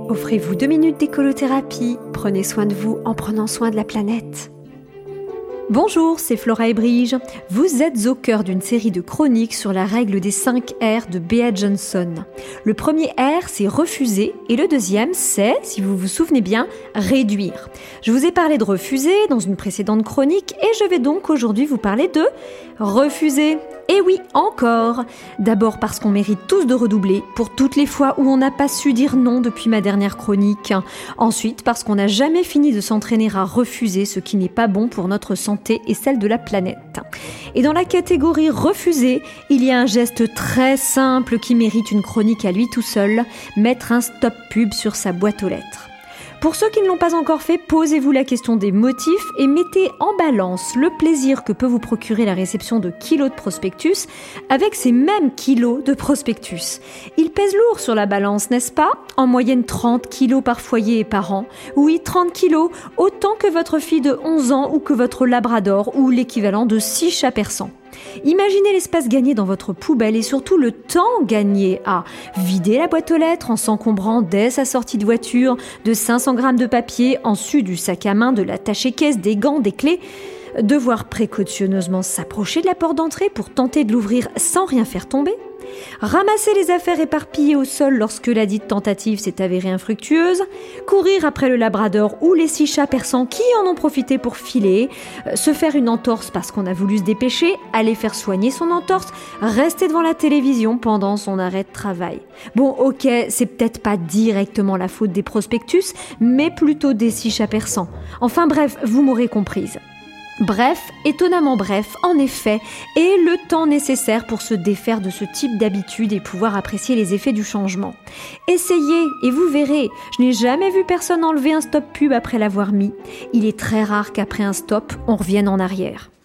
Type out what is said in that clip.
Offrez-vous 2 minutes d'écolothérapie. Prenez soin de vous en prenant soin de la planète. Bonjour, c'est Flora et Brige. Vous êtes au cœur d'une série de chroniques sur la règle des 5 R de Bea Johnson. Le premier R, c'est refuser, et le deuxième, c'est, si vous vous souvenez bien, réduire. Je vous ai parlé de refuser dans une précédente chronique, et je vais donc aujourd'hui vous parler de refuser. Et oui, encore. D'abord parce qu'on mérite tous de redoubler pour toutes les fois où on n'a pas su dire non depuis ma dernière chronique. Ensuite, parce qu'on n'a jamais fini de s'entraîner à refuser ce qui n'est pas bon pour notre santé et celle de la planète. Et dans la catégorie refuser, il y a un geste très simple qui mérite une chronique à lui tout seul, mettre un stop pub sur sa boîte aux lettres. Pour ceux qui ne l'ont pas encore fait, posez-vous la question des motifs et mettez en balance le plaisir que peut vous procurer la réception de kilos de prospectus avec ces mêmes kilos de prospectus. Ils pèsent lourd sur la balance, n'est-ce pas ? En moyenne 30 kilos par foyer et par an. Oui, 30 kilos, autant que votre fille de 11 ans ou que votre labrador ou l'équivalent de 6 chats persans. Imaginez l'espace gagné dans votre poubelle et surtout le temps gagné à vider la boîte aux lettres en s'encombrant dès sa sortie de voiture de 500 grammes de papier en sus du sac à main, de l'attaché-caisse, des gants, des clés, devoir précautionneusement s'approcher de la porte d'entrée pour tenter de l'ouvrir sans rien faire tomber, ramasser les affaires éparpillées au sol lorsque la dite tentative s'est avérée infructueuse, courir après le labrador ou les 6 chats persans qui en ont profité pour filer, se faire une entorse parce qu'on a voulu se dépêcher, aller faire soigner son entorse, rester devant la télévision pendant son arrêt de travail. Bon, ok, c'est peut-être pas directement la faute des prospectus, mais plutôt des 6 chats persans. Enfin bref, vous m'aurez comprise. Bref, étonnamment bref, en effet, et le temps nécessaire pour se défaire de ce type d'habitude et pouvoir apprécier les effets du changement. Essayez et vous verrez, je n'ai jamais vu personne enlever un stop pub après l'avoir mis. Il est très rare qu'après un stop, on revienne en arrière.